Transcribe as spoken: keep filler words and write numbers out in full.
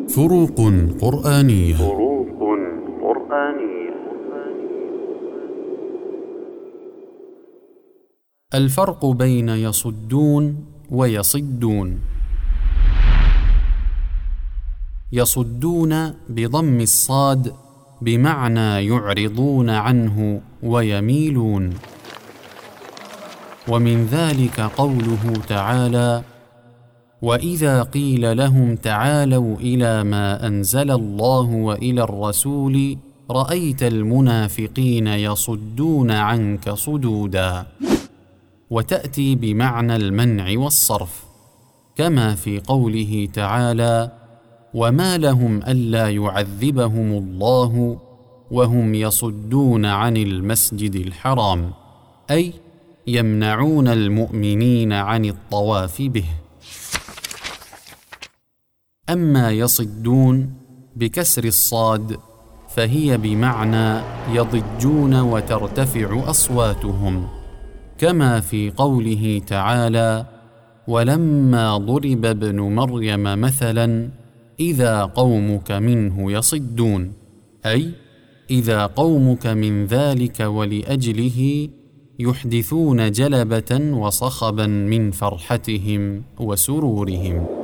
فروق قرآنية. فروق قرآنية. الفرق بين يصدون ويصدون. يصدون بضم الصاد بمعنى يعرضون عنه ويميلون، ومن ذلك قوله تعالى: وإذا قيل لهم تعالوا إلى ما أنزل الله وإلى الرسول رأيت المنافقين يصدون عنك صدودا. وتأتي بمعنى المنع والصرف، كما في قوله تعالى: وما لهم ألا يعذبهم الله وهم يصدون عن المسجد الحرام، أي يمنعون المؤمنين عن الطواف به. أما يصدون بكسر الصاد فهي بمعنى يضجون وترتفع أصواتهم، كما في قوله تعالى: ولما ضرب ابن مريم مثلا إذا قومك منه يصدون، أي إذا قومك من ذلك ولأجله يحدثون جلبة وصخبا من فرحتهم وسرورهم.